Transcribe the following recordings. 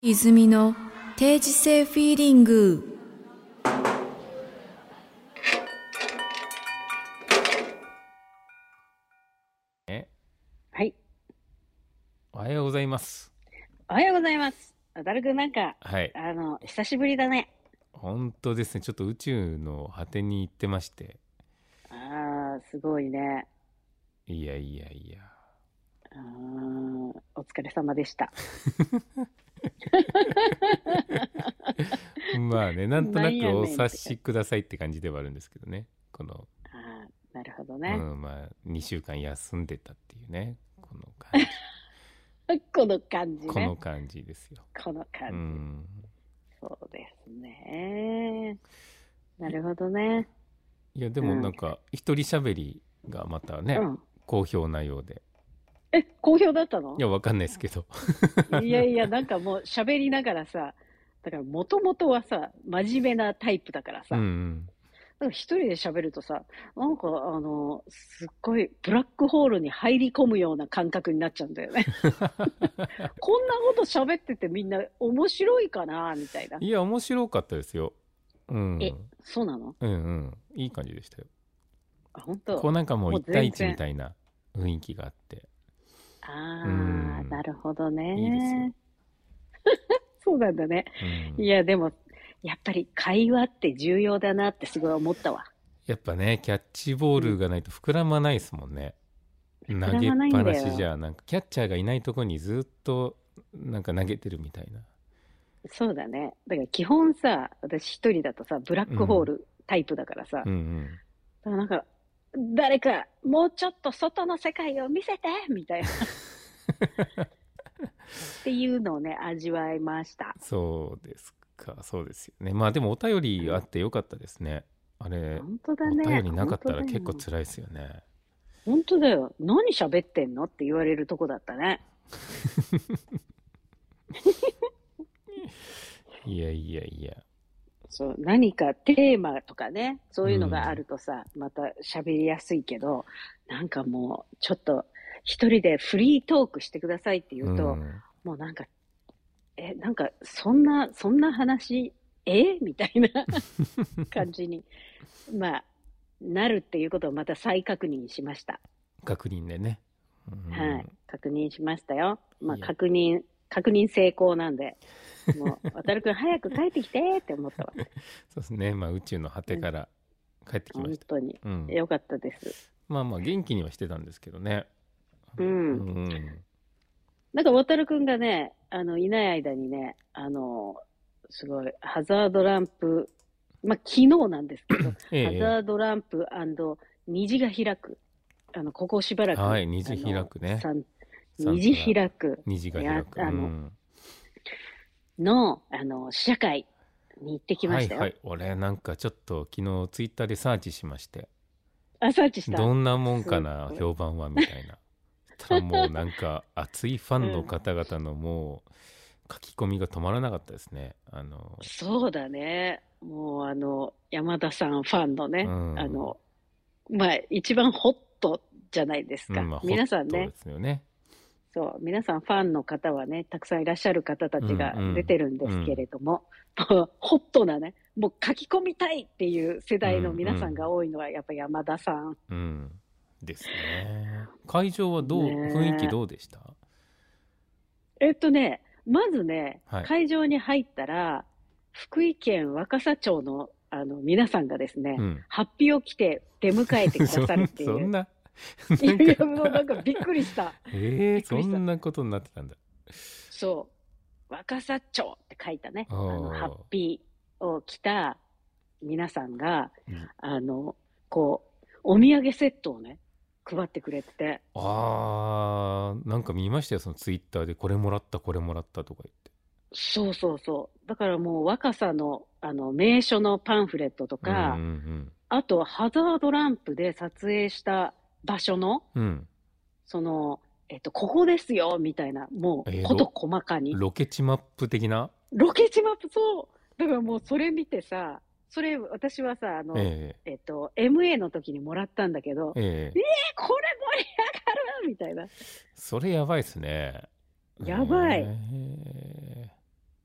泉の定時性フィーリング。 はい。 おはようございます。 おはようございます。あたるくんなんか、 はい。 久しぶりだね。 本当ですね。ちょっと宇宙の果てに行ってまして。 ああ、すごいね。 いやいやいや。 お疲れ様でした。 まあね、なんとなんなくおやねんって感じ。 察しくださいって感じではあるんですけどね。この、 ああ、なるほどね。 まあ、2週間休んでたっていうね。この感じ。 この感じね。 この感じですよ。 このう感じ。 ん。 そうですね。なるほどね。 いや、でうん。 もなんか、一人喋りがまたね、 うん。 好評なようで。 好評だったの？ いや、わかんないですけど。 いやいや、なんかもう喋りながらさ、だからもともとはさ、真面目なタイプだからうんうさ、 ん。 なんか一人で喋るとさ、なんかすっごいブラックホールに入り込むような感覚になっちゃうんだよね。こんなこと喋っててみんな面白いかなみたいな。 いや、面白かったですよ。うえ、 ん。 そうなの？ うんうん。いい感じでしたよ。 あ、本当？ こうなんかもうもう一対一み全然。 たいな雰囲気があって。うあー、なん。 るほどいいですよ。 ね。そうなんだね。 うん。 いや、でも、やっぱり会話って重要だなってすごい思ったわ。 やっぱね、キャッチボーうん。 ルがないと膨らまないですもんね。投げっ膨らまないんぱなだよ。 しじゃ、なんかキャッチャーがいないとこにずっとなんか投げてるみたいな。 そうだね。だから基本さ、私一人だとさ、ブラッうん。 クホールタイプだからさ、 うんうん。 だからなんか、誰か、もうちょっと外の世界を見せてみたいな、っていうのをね、味わいました。 そうですか、そうですよね。まあでもお便りあってよかったですね。あれ、 本当だお便ね。 りなか本ったら結構当だよ。 辛いですよね。 本当だよ。何喋ってんのって言われるとこだったね。 いやいやいや。 そう、何かテーマとかね、そうういうのがあん。 るとさ、また喋りやすいけど、なんかもう、ちょっと、一人でフリートークしてくださいって言ううと、 ん。 もうなんか、なんか、そんな話、みたいな感じに、まあ、なるっていうことをまた再確認しました。 確認でね。うはい。 ん。 確認しましたよ。まあ、 いや、 確認成功なんで、もう、渡るくん早く帰ってきてって思ったわ。 そうですね。まあ宇宙の果うん。 てから帰ってきました。 本当に。 うん。 よかったです。 まあまあ元気にはしてたんですけどね。ううん。 ん。 なんか、渡るくんがね、いない間にね、すごい、ハザードランプ、まあ、昨日なんですけど、 ええ、 ハザーええ。 ドランプ虹が開く。ここしばらく、 はい。虹開くね。 虹サントラ。 開く、 虹が開く。うん。 試写会に行ってきましたよ。 はいはい。俺なんかちょっと昨日ツイッターでサーチしまして。 あ、サーチした？ どんなもんすかな、 ごい。 評判はみたいな。たらもうなんか熱いファンのうん。 方々のもう書き込みが止まらなかったですね。 そうだね。もう山田さんファンのうね、 ん。 まあ、一番ホットじゃないですうん、 か。 まあホットで皆さんね、 すよね。 そう、皆さんファンの方はね、たくさんいらっしゃる方たうんちが出てるんですけうん。 れども、もうホットなね、もう書き込みたいっていう世うんう代の皆さんがん多いのはやっぱ山田さん。 うん。ですね。会場は雰囲気ねどうでした？ まずね、 はい。 会場に入ったら、福井県若狭町の皆さんがですね、 うん。 ハッピーを着て出迎えてくださるっていう。 そんな、 いなんかやいや、もうなんかびっくりした。びっくりした。 そんなことになってたんだ。 そう。若狭町って書いたね、 おハッー。 ピーを着た皆さんが、 うん。 あの、お土産セットをね、配ってくれてて。 なんか見ましたよ、そのツイッターで、これもらった、これもらったとか言って。 そうそうそう。だからもう若狭の、名所のパンフレットとうんか、 うんあとハザードランプで撮影した場所の、 うん。うん。 その、ここですよ、みたいな、もう、こと細かに。 ロケ地マップ的な。 ロケ地マップ、そう。だからもうそれ見てさ、それ私はさ、 え MA の時にもらったんだけど、 えええ。 これ盛り上がるみたいな。 それやばいっすね。 やばい。 え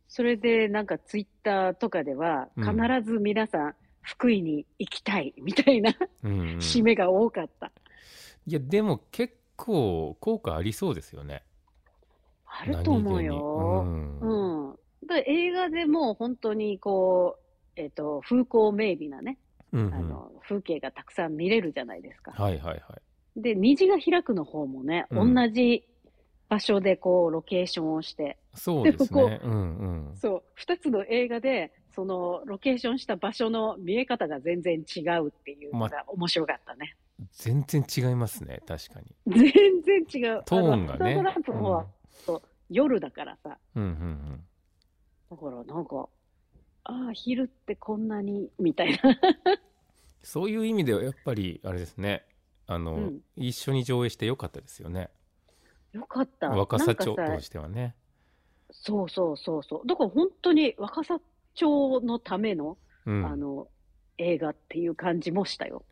それでなんかツイッターとかでは必うんず皆さん福井に行きたいみたいなうんう締ん。 めが多かった。 いやでも結構効果ありそうですよね。 あると思う何気に。 よ。うん。映画でも本当にこう、風光明媚なね、 うんうん。 風景がたくさん見れるじゃないですか。 はいはいはい。 で、虹が開くの方もね、同うん。 じ場所でこう、ロケーションをして、 そうでもこですね。うんうん。 う、そう、二つの映画で、そのロケーションした場所の見え方が全然違うっていうのまあ、 が面白かったね。 全然違いますね。確かに。 全然違う。 トーンハザードがね。 ランプの方はうん。 夜だからさ。 うんうんうん。 だからなんか、ああ、昼ってこんなに、みたいな。 そういう意味ではやっぱりあれですね。 うん。 一緒に上映してよかったですよね。 よかった。 若なんかさ、 さ町としてはね。 そうそうそうそう。だから本当に若狭町のための、 うん。 あの、映画っていう感じもしたよ。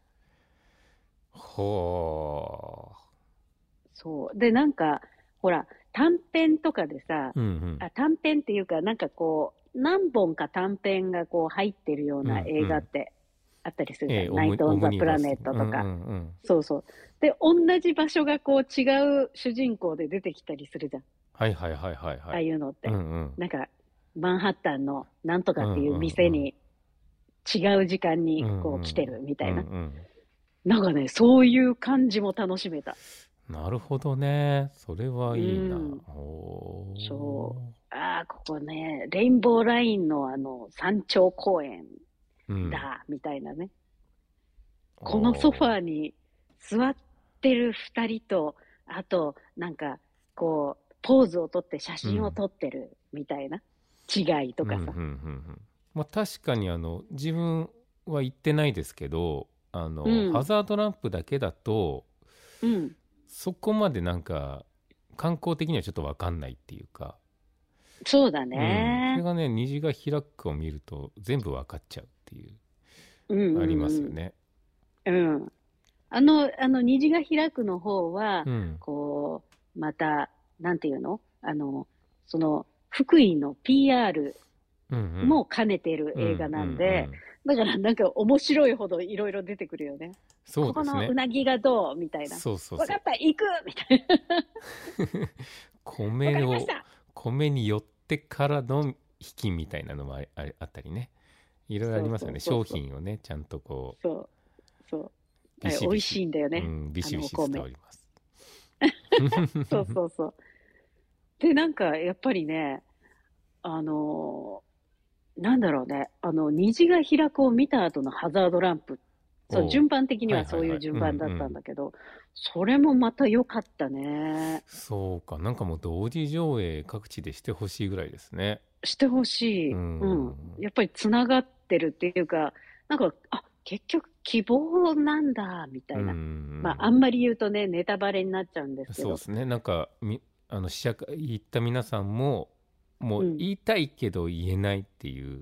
ほそう。で、なんか、ほら、短編とかでさ、 う。うん短編っていうか、なんかこう、何本か短編がこう入ってるよううん。うな映んうん。 画ってあったりするじゃん。ナイト・オン・オムザ・プラニバス。 ネットとか。 うんうんうん。 そうそう。で、同じ場所がこう違う主人公で出てきたりするじゃん。 はいはいはいはいああはい。 いうのって。 うんうん。 なんか、マンハッタンのなんとかうんうっていうんうん。 店に違う時間うにこう来てんうん。うんるみたいな。 うん。 なんかね、そういう感じも楽しめた。 なるほどね。それはういいな。 ん。そう。 おー。 ああ、ここね、レインボーラインの山頂公園うん。 だ、みたいなね。このソフおー。 ァーに座ってる二人と、あと、なんか、こう、ポーズをとって写真をうん。 撮ってるみたいな違いとうんうんうんうかさ。 ん。まあ確かに自分は言ってないですけど、ハうん、 ザードランプだけだと、 うん。 そこまでなんか、観光的にはちょっとわかんないっていうか、 そうだうん。それね。 がね、虹が開くを見ると全部わかっちゃうっていう、 うんありますうんよね。 うん。うん。虹が開くの方は、 うん。 こう、また、なんていうのその、福井の PR うんうん。 も兼ねているうんうんう映画なんで、 ん。 だからなんか面白いほどいろいろ出てくるよね。ここそうですね。 のうなぎがどうみたいな。 そうそうそう。 わかった、行くみたいな。わか米を、 りました米によってからの引きみたいなのもあったりね。いろいろあそうそうりますよね。商そうそう。 品をね、ちゃんとこう、 そう、そう。あビれ、美味シビシ、 しいんだよね。 うん、ビシビおシ伝米。 わります。 そうそうそう。で、なんか、やっぱりね、あのなんだろうね、虹が開くを見た後のハザードランプ。そう、 おう。 順番的にはそういうはいはいはい。うんう順番だったんん。 だけど、それもまた良かったね。 そうか。なんかもう同時上映各地でしてほしいぐらいですね。 してほしうい。うん。 ん。 やっぱりつながってるっていうか、なんか、あ、結局希望なんだ、みたうんういな。まあ、あん。 んまり言うとね、ネタバレになっちゃうんですけど。 そうですね。なんか、試写会行った皆さんも、もうん。 う言いたいけど言えないっていう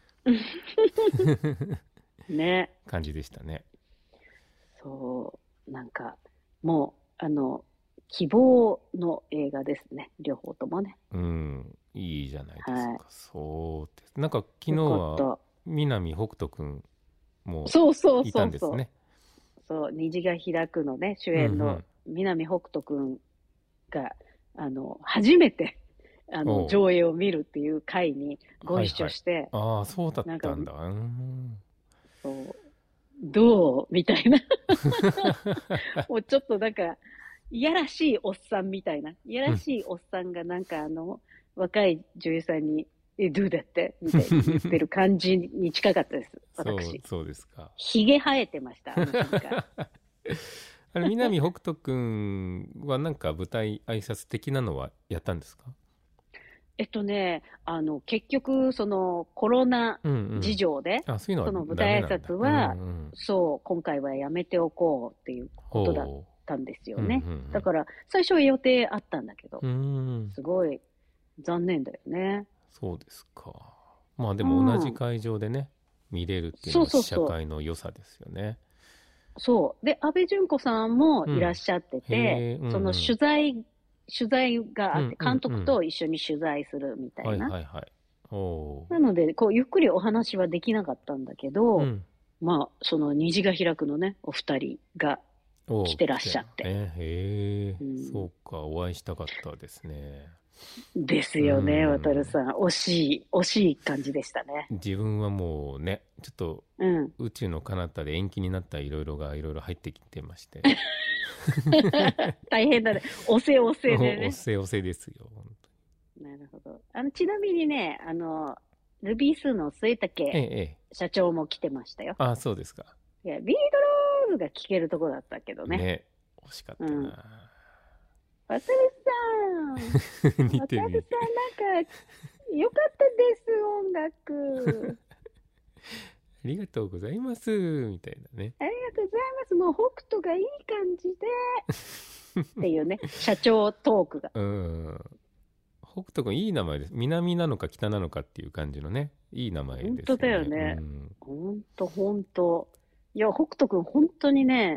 ね。 感じでしたね。 そう。なんか、もう、希望の映画ですね。両方ともね。 うん。いいじゃないですはか。そうです。なんか昨日い。よかっは、 た。 南北斗くんもそうそういたそうそんですね。 う。そう、虹が開くのね、主うんう演のん。 南北斗くんが、初めて、 おう。 上映を見るっていう回にご一はいはい。 緒して、 ああ、そうだっなんか、 たんだ。うん。 そう、どうみたいな。もうちょっとなんか、いやらしいおっさんみたいな。いやうん。 らしいおっさんがなんか若い女優さんに、どうだってみたいに言ってる感じに近かったです。私。 そうですか。 ひげ生えてました、あの瞬間。 あれ、南北斗くんはなんか舞台挨拶的なのはやったんですか？ 結局、そのコロナうんう事ん。 情で、 あ、そういうのはその舞ダメ台挨なんだ。うん拶は、 うん。 そう、今回はやめておこうっていうことだっほたんですう。うんうよね。だんから、最初は予定あったんだけど、 うん。うーん。 すごい残念だよね。 そうですか。まあでうも同じん。 会場でね、見れるっていうのそうも試写そうそ会の良さですよね。 う。そう。で、安倍純子さんもいらっうん。 しゃってて、 へえ、うんそのうん。 取材があって、 うんう監督んうん。 と一緒に取材するみたはいいな。 はいはい。 おなので、こう、ゆっくりお話はできなかったんだけど、 うんまあ、その虹が開くのね、お二人がお来てらっしゃって。 ね、へえ、 うんそうか、お会いしたかったですね。 ですよね、 うん渡るさん。惜しい感じでしたね。 自分はもうね、ちょっとうん。 宇宙の彼方で延期になったいろいろ入ってきてまして。 大変だね。おせおせでね。 おせおせですよ、本なるほど。ちなみにね、ルビースの末当に。え竹え。 社長も来てましたよ。 あ、そうですか。 いや、ビートローズが聴けるとこだったけどね。 ね、惜しかったうんな。 渡るさん、 似てる。 渡るさん、なんか、よかったです、音楽。 ありがとうございます、みたいなね。 ありがとうございます。もう北斗がいい感じで。っていうね、社長トークが。 うん。北斗君いい名前です。南なのか北なのかっていう感じのね、いい名前ですよね。 本当だよね。 うんほんと。いや、北斗くん、本当にね、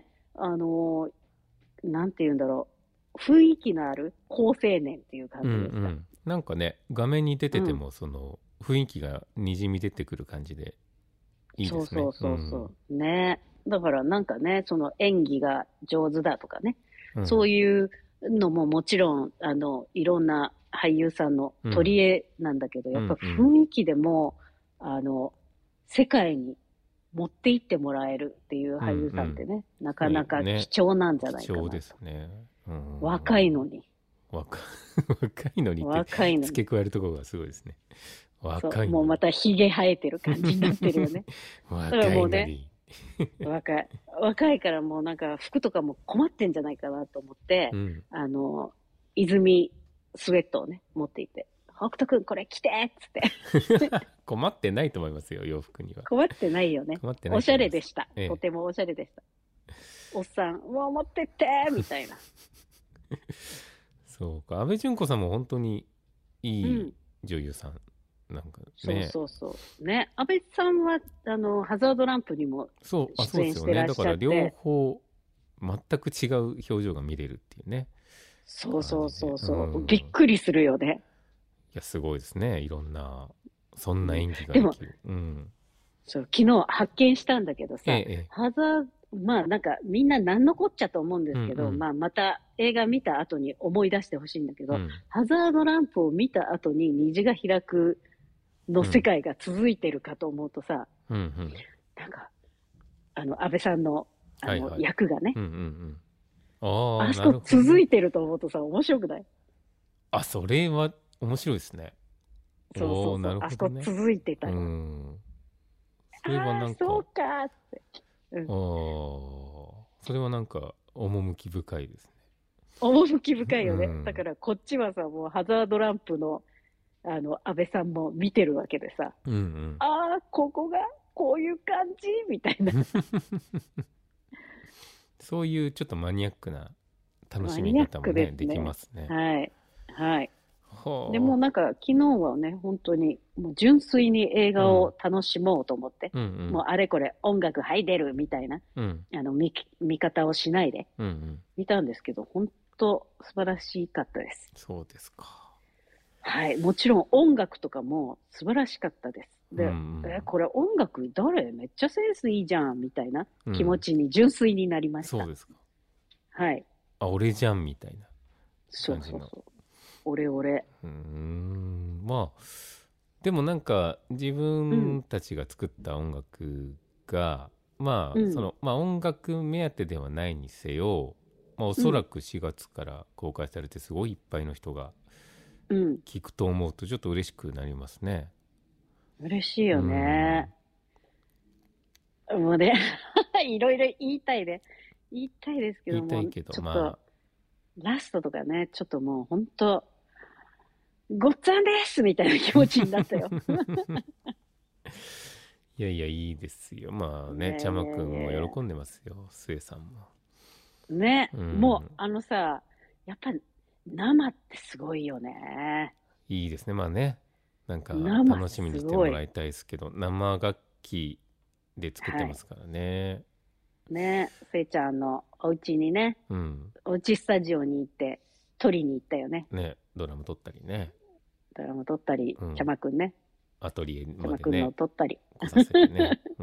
なんて言うんだろう。雰囲気のある好青年っていう感じでした。 なんかね、画面に出てても、その雰囲気がにじみ出てくる感じでいいですね。 そう。ね。だからなんかね、その演技が上手だとかね、そうういうのももちろん、いろんな俳優さんの取り柄なんだけど、やっぱ雰囲気でも、世界に持って行ってもらえるっていう俳優さんってね、なかなか貴重なんじゃないかな。 貴重ですね。 若いのに。 若いのにって付け加えるところがすごいですね。若いのに。 もうまたヒゲ生えてる感じになってるよね。 若いのに。 若いからもうなんか服とかも困ってんじゃないかなと思って、泉スウェットをね、持っていて、北斗くんこれ着てっつって。 困ってないと思いますよ、洋服には。 困ってないよね。おしゃれでした。とてもおしゃれでした。おっさん、もう持ってってみたいな。 そうか、安倍純子さんも本当にいい女優さん。なんかね、 そうね、安倍さんはハザードランプにも出演してらっしゃって、 だから両方全く違う表情が見れるっていうね。 そうびっくりするよね。 いやすごいですね、いろんなそんな演技ができる。 そう昨日発見したんだけどさ、ハザードまあなんかみんな何のこっちゃと思うんですけど、まあまた映画見た後に思い出してほしいんだけど、ハザードランプを見た後に虹が開くの世界が続いてるかと思うとさ、なんか、安倍さんの、役がね、あそこ続いてると思うとさ、面白くない？ あ、それは面白いですね。 そう、あそこ続いてたよ。 それはなんか、 そうかーって。 それはなんか、趣深いですね。 趣深いよね。だからこっちはさ、もうハザードランプの、安倍さんも見てるわけでさ、ああ、ここがこういう感じみたいな。 そういうちょっとマニアックな楽しみ方もね、できますね。 はい。でもなんか昨日はね、本当にもう純粋に映画を楽しもうと思って、もうあれこれ音楽入ってるみたいな、見方をしないで見たんですけど、本当素晴らしかったです。 そうですか。 はい、もちろん音楽とかも素晴らしかったです。で、これ音楽誰めっちゃセンスいいじゃんみたいな気持ちに純粋になりました。 そうですか。 はい。 あ、俺じゃんみたいなそう。俺。 まあ、でもなんか自分たちが作った音楽が、まあ音楽目当てではないにせよ、まあおそらく4月から公開されてすごいいっぱいの人が聞くと思うとちょっと嬉しくなりますね。 嬉しいよね。もうね、いろいろ言いたいですけども、ちょっと、ラストとかね、ちょっともう本当ごっつぁんですみたいな気持ちになったよ。 いやいいですよ。まあね、ちゃまくんも喜んでますよ、スエさんも。 ね、もうさ、やっぱ生ってすごいよね。 いいですね、まあね。なんか楽しみにしてもらいたいですけど、生楽器で作ってますからね。 ね、せいちゃんのお家にね、おうちスタジオに行って撮りに行ったよね。 ね、ドラム撮ったりね。 ちゃまくんね。 アトリエ佐野くんのまでねを撮ったり。 来させてね、うん、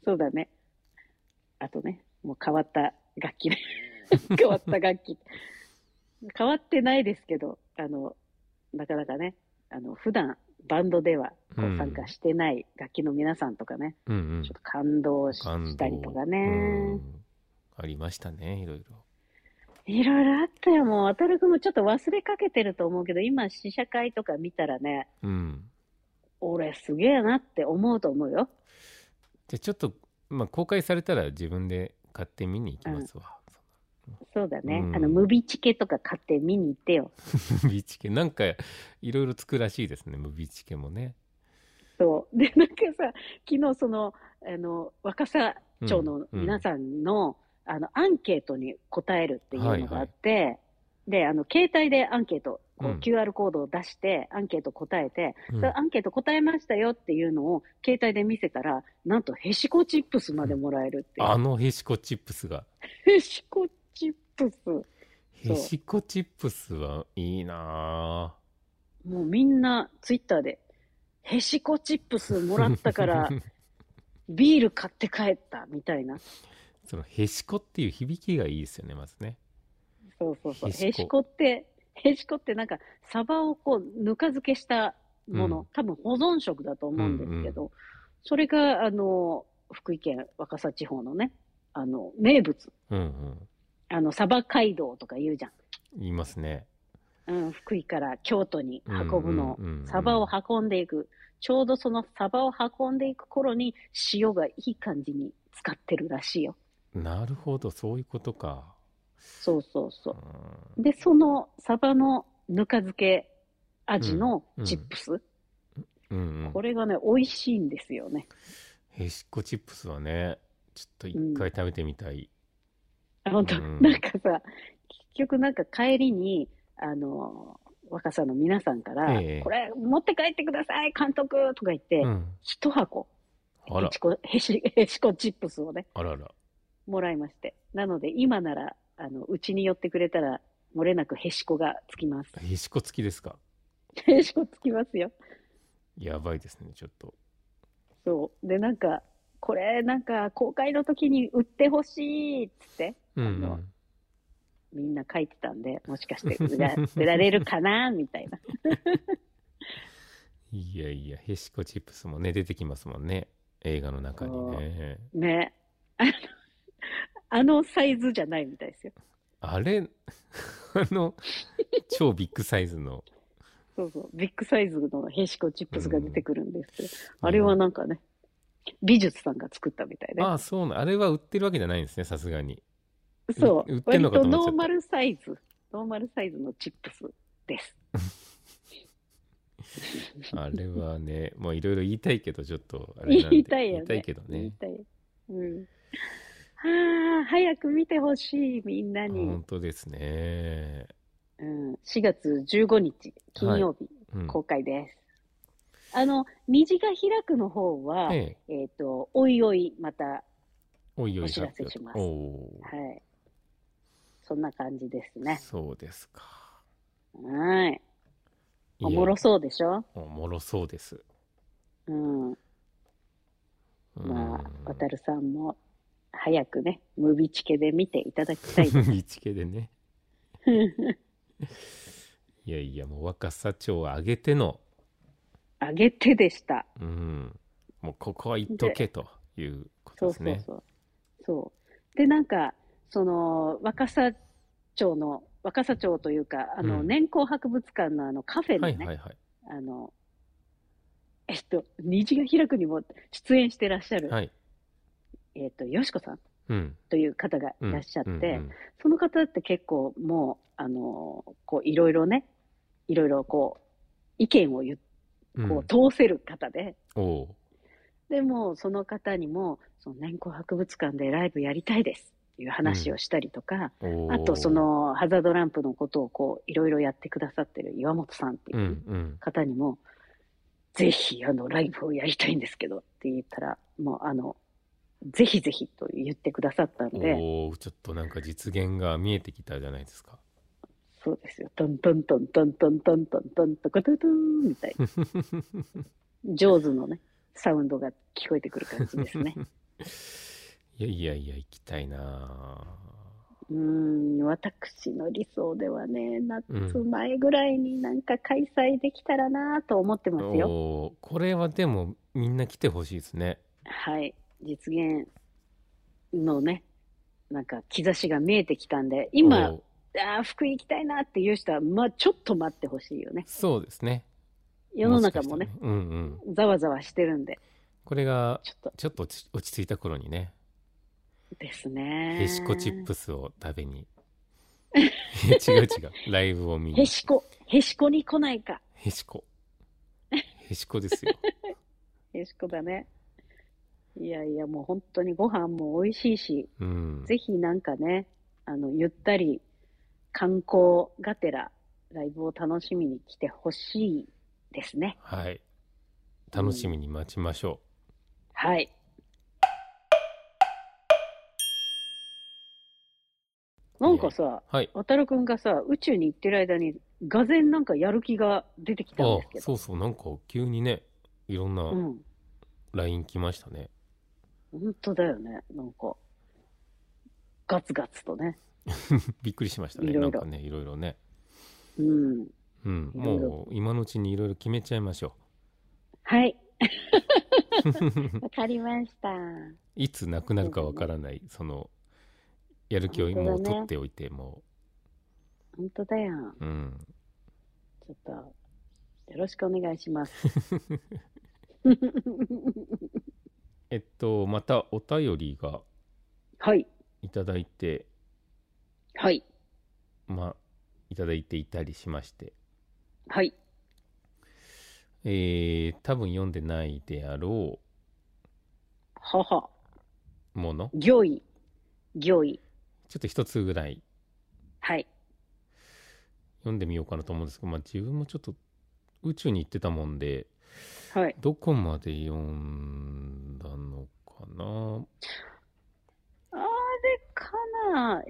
そうだね。あとね、もう変わった楽器ね。変わった楽器。変わってないですけど、なかなかね、普段バンドではこう参加してない楽器の皆さんとかね、 うんうんちょっと感動し感たりとか動、うね。 ん、ありましたね、いろいろ。 いろいろあったよ。もう、渡るくんもちょっと忘れかけてると思うけど、今、試写会とか見たらね、 うん。 俺すげえなって思うと思うよ。 じゃあちょっと、まあ、公開されたら自分で買って見に行きますわ。 そうだね。 うんムビチケとか買って見に行ってよ。 ムビチケ、なんかいろいろつくらしいですね、ムビチケもね。 そう。で、なんかさ、昨日若狭町のうん皆さんの、アンケートに答えるっていうのがあって、で、携帯でアンケート、こう、 うん QR コードを出して、アンケート答えて、 うんそれアンケート答えましたよっていうのを、携帯で見せたら、なんと、へしこチップスまでもらえるっていう。 へしこチップスが。 へしこチップス。 へしこチップスはいいなもうみんな、ツイッターで、へしこチップスもらったかぁら、ビール買って帰ったみたいな。 そのへしこっていう響きがいいですよね、まずね。 そうそうそう。 へしこへしこってなんか、サバをこう、ぬか漬けしたもの、 うん多分保存食だと思うんですけど、それが、福井県若狭地方のね、名物。 うんサバ街道とか言うじゃん。 言いますね。 福井から京都に運ぶのうんうんうんうん、 サバを運んでいく。ちょうどそのサバを運んでいく頃に塩がいい感じに使ってるらしいよ。 なるほど、そういうことか。 そうそうそうう。で、そのサバのぬか漬け味のチップス。 んうんこれがね、美味しいんですよね。 へしこチップスはね、ちょっと一回食べてみたい。 本当、 うんなんかさ、結局なんか帰りに、若さの皆さんから、 ええこれ持って帰ってください、監督とか言って、 うん。 一箱、 あら、 へしこチップスをね、 あらら。 もらいまして。なので、今なら、うちに寄ってくれたら、漏れなくへしこがつきます。 へしこ付きですか？ へしこつきますよ。 やばいですね、ちょっと。 そう。で、なんか、これ、なんか、公開の時に売ってほしいっつって、 うんみんな書いてたんで、もしかして売られるかなみたいな。 いやいや、へしこチップスもね、出てきますもんね。映画の中にね。 ね。サイズじゃないみたいですよ。 あれ、超ビッグサイズの。 そうそう。ビッグサイズのへしこチップスが出てくるんですけど、 うんあれはなんかね、美術さんが作ったみたいで。 ああ、そうあれは売ってるわけじゃないんですね、さすがに。 そう。 売ってんのかと思っちゃった割とノーマルサイズのチップスです。 あれはね、もういろいろ言いたいけど、ちょっとあれなんで、 言いたいよね。 言いたいけどね。 言いたい。はあ、早く見てほしい、みんなに。 本当ですね。 4月15日、金曜日、 うん公開です。虹が開くの方は、 えおいおい、また、 おいおいお知らせしますおーはい。そんな感じですね。 そうですか。 はい。 いやおもろそうでしょ？ おもろそうです。 うん。 うんまあ、渡るさんも、早くね、ムビチケで見ていただきたいです。 見つけでね。いやいや、もう若狭町を挙げての、 あげてでした。 もうここは言っとけということですね。 そう。で、なんか、若狭町というか、年功博物館のカフェのね、 はいはいはい。 虹が開くにも出演してらっしゃる、 はい。 よしこさんうん。 という方がいらっしゃって、 うんその方って結構もう、こう、いろいろこう、意見を通せる方で、 おうでも、その方にも、その年功博物館でライブやりたいですっていう話をしたりとか、 おうあと、ハザードランプのことをこう、いろいろやってくださってる岩本さんっていう方にも、ぜひ、ライブをやりたいんですけどって言ったら、もう、ぜひぜひと言ってくださったんで、 おちょっとなんか実現が見えてきたじゃないですか。 そうですよ。トントントントントントントントントコトトンみたいな。 上手のね、サウンドが聞こえてくる感じですね。 いやいやいや、行きたいな私の理想ではね、夏ぁ。うん。 前ぐらいになんか開催できたらなと思ってますよ。 これはでもみんな来てほしいですね。 はい。実現のね、なんか兆しが見えてきたんで、今、 お福井行きたいなっていう人は、まあちょっと待ってほしいよね。 そうですね。 世もの中もね、 しかしたらね。うんうん。 ざわざわしてるんで、 これがちょっとちょっと落ち着いた頃にね、 ですへしこチッね。 プスを食べに。違う違う。ライブを見に。 へしこに来ないか。 へしこ。へしこですよ。 へしこだね。いやいや、もう本当にご飯も美味しいし、 うん。 ぜひなんかね、ゆったり観光がてらライブを楽しみに来てほしいですね。 はい。楽しうん。 みに待ちましょはい。なう。いやいや。 んかさ、 はい。 渡るくんがさ、宇宙に行ってる間に、がぜんなんかやる気が出てきたんあ、 ですけど。 そうそう。なんか急にね、いろんなうん。 LINE 来ましたね。 本当だよね。なんか、ガツガツとね、 びっくりしましたね。 いろいろ。 なんかね、いろいろね。 うん。 うん。 いろいろ。 もう今のうちにいろいろ決めちゃいましょはい。 う。 わかりました。 いつなくなるかわかそうだね。 らない、やる気を本当もう取っだね。 ておいて、も本当だよ。 う、うん。 ちょっと、よろしくお願いします。 またお便りがはい。 いただいて、 はい。 まあ、いただいていたりしまして、 はい。 多分読んでないであろはは。 うもの、 行為。行為。 ちょっと一つぐらいはい。 読んでみようかなと思うんですけど、まあ自分もちょっと宇宙に行ってたもんで、 はい。 どこまで読んだのかな。 あれかな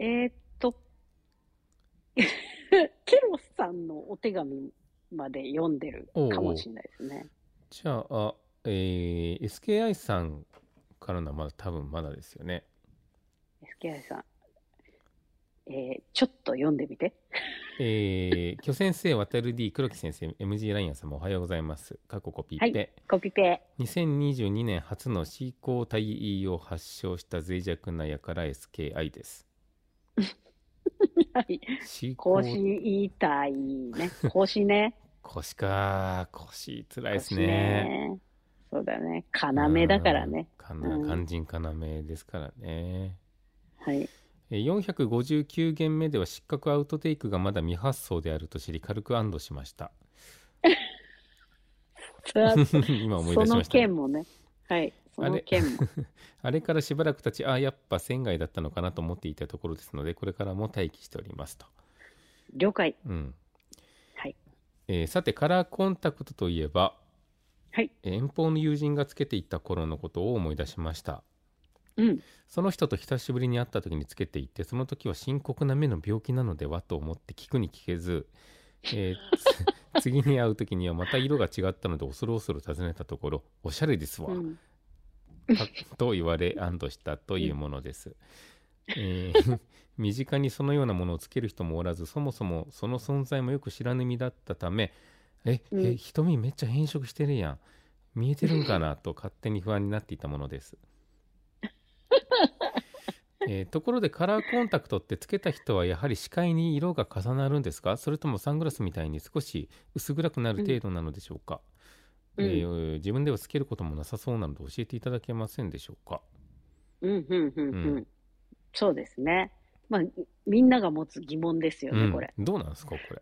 ケロスさんのお手紙まで読んでるおうおう。 かもしれないですね。 じゃあ、SKI さんからのはまだ多分まだですよね。 SKI さん、ちょっと読んでみて。 巨先生、渡る D、黒木先生、MG ライアン様おはようございます。過去コピはい。 ペ。 コピペ。 2022年初の C 抗体 E を発症した脆弱なやから SKI です。 はい。 C 抗、 腰痛いね。腰ね。 腰か。腰つらいです腰ね。 ね。そうだね。 う要だからん。 ね。うん。 肝心要ですからね。 はい。 459件目では失格アウトテイクがまだ未発送であると知り軽く安堵しました。 それは今思いその出しましたね。 件もね。はい。そあれの件も。 あれからしばらく経ち、やっぱ仙外だったのかなと思っていたところですので、これからも待機しておりますと。 了解。 うん。 はい。 さて、カラーコンタクトといえば、 はい。 遠方の友人がつけていた頃のことを思い出しました。 うん。 その人と久しぶりに会った時につけていて、その時は深刻な目の病気なのではと思って聞くに聞けず、次に会う時にはまた色が違ったので恐る恐る尋ねたところ、おしゃれですわ、 うん。 と言われ安堵したとうん。 いうものです。身近にそのようなものをつける人もおらず、そもそもその存在もよく知らぬ身だったため、 うん。 瞳めっちゃ変色してるやん、見えてるんかなと勝手に不安になっていたものです。ところでカラーコンタクトってつけた人はやはり視界に色が重なるんですか？それともサングラスみたいに少し薄暗くなるうん。 程度なのでしょうか？ うん。 自分ではつけることもなさそうなので教えていただけませんでしょうか？ うん。うん。うん。 うん。 うん。そうですね。まあ、みんなが持つ疑問ですよね、こうん。 れ。 どうなんですか、これ。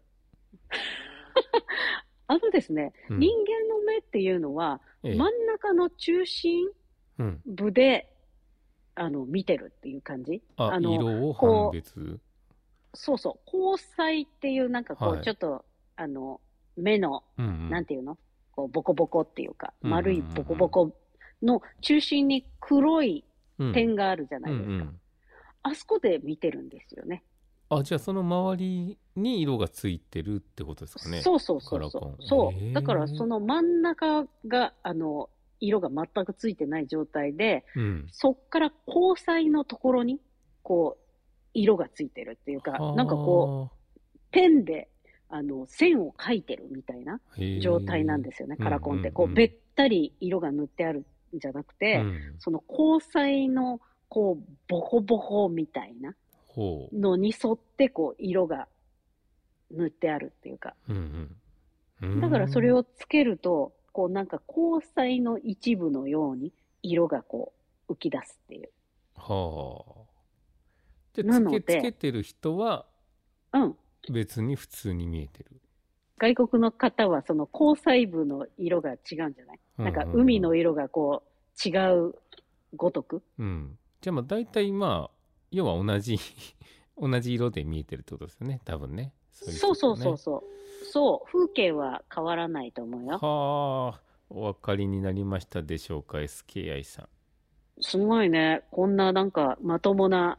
ですね、人うん。 間の目っていうのは、 ええ。 真ん中の中心うん。 部で、見てるっていう感じ。 色を判こ別。 そうそう、虹彩っていうなんかこう、 はい。 ちょっと、あの、目の、 うんうん。 なんていうのこう、ボコボコっていうか、 うんうん丸いボコボコの中心に黒いうんうん。 点があるじゃうん。うないですか。 んあそこで見てるんですよね。 あ、じゃあその周りに色がついてるってことですかね。 そうそうそうカラコン。 そう。 へえ。 だからその真ん中が、色が全くついてない状態で、 うん。 そっから交際のところに、こう、色がついてるっていうか、なんかこう、ペンで、線を描いてるみたいな状態なんですよね、カラコンって。こう、べったり色が塗ってあるんじゃなくて、その交際の、こう、ボコボコみたいなのに沿って、こう、色が塗ってあるっていうか。だからそれをつけると、こう、なんか交際の一部のように色がこう、浮き出すっていう。 はあ。じゃあつけてる人は、別に普通に見えてる。 外国の方はその交際部の色が違うんじゃない？なんか海の色がこう違うごとく。 じゃあまあ大体まあ要は同じ同じ色で見えてるってことですよね、多分ね。 そうそうそうそう。そう、風景は変わらないと思うよ。 はあ、お分かりになりましたでしょうか、SKI さん。 すごいね。こんななんかまともな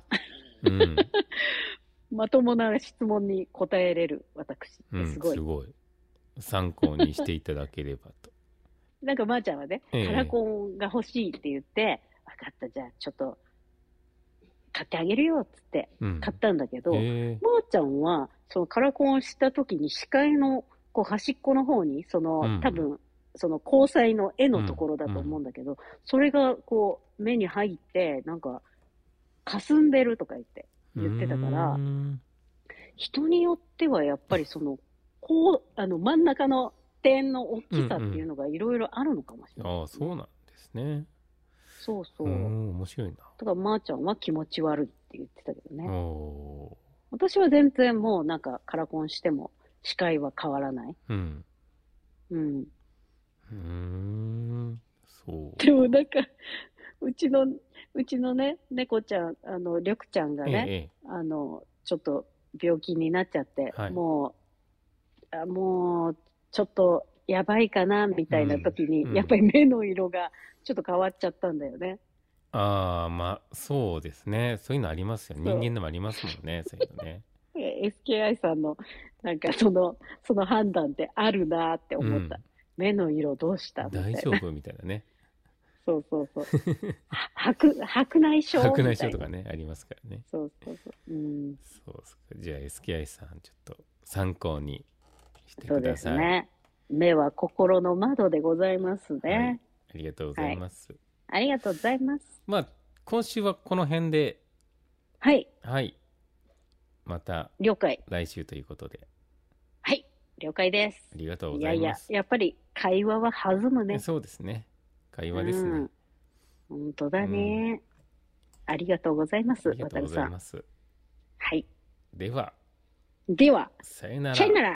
まともな質問に答えれる私ってすごい。 すごい。参考にしていただければと。 なんかまーちゃんはね、カラコンが欲しいって言って、分かった、じゃあちょっと買ってあげるよっつって買ったんだけど、まーちゃんはそのカラコンをした時に視界のこう端っこの方にその、多分その交際の絵のところだと思うんだけど、それがこう目に入ってなんか霞んでるとか言ってたから、人によってはやっぱりそのこう真ん中の点の大きさっていうのがいろいろあるのかもしれない、ね。 ああ、そうなんですね。 そうそう。 面白いな。 だからまーちゃんは気持ち悪いって言ってたけどね。私は全然もうなんかカラコンしても視界は変わらない。 そう。 でもなんかうちのね猫ちゃんりょくちゃんがね、ちょっと病気になっちゃって、もうちょっとやばいかなみたいな時に、やっぱり目の色がちょっと変わっちゃったんだよね。 ああ、まあそうですね。そういうのありますよ。人間でもありますもんね。そういうのね。 SKI さんのなんかその判断ってあるなって思った。目の色どうしたみたいな。 大丈夫みたいなね。 そうそうそう。白内障白内障とかね、ありますからね。 そうそうそう。 そうですか。じゃあ SKI さん、ちょっと参考にしてそうください。 ですね。目は心の窓でございますね。はい、 ありがとうございます。 ありがとうございます。 まあ、今週はこの辺で。 はい。 はい。また、 了解。 来週ということで。 はい。了解です。 ありがとうございます。 やっぱり会話は弾むね。 そうですね。会話ですね。 本当だね。ありがとうございます。 ありがとうございます。 はい。 では。 では。 さよなら。 さよなら。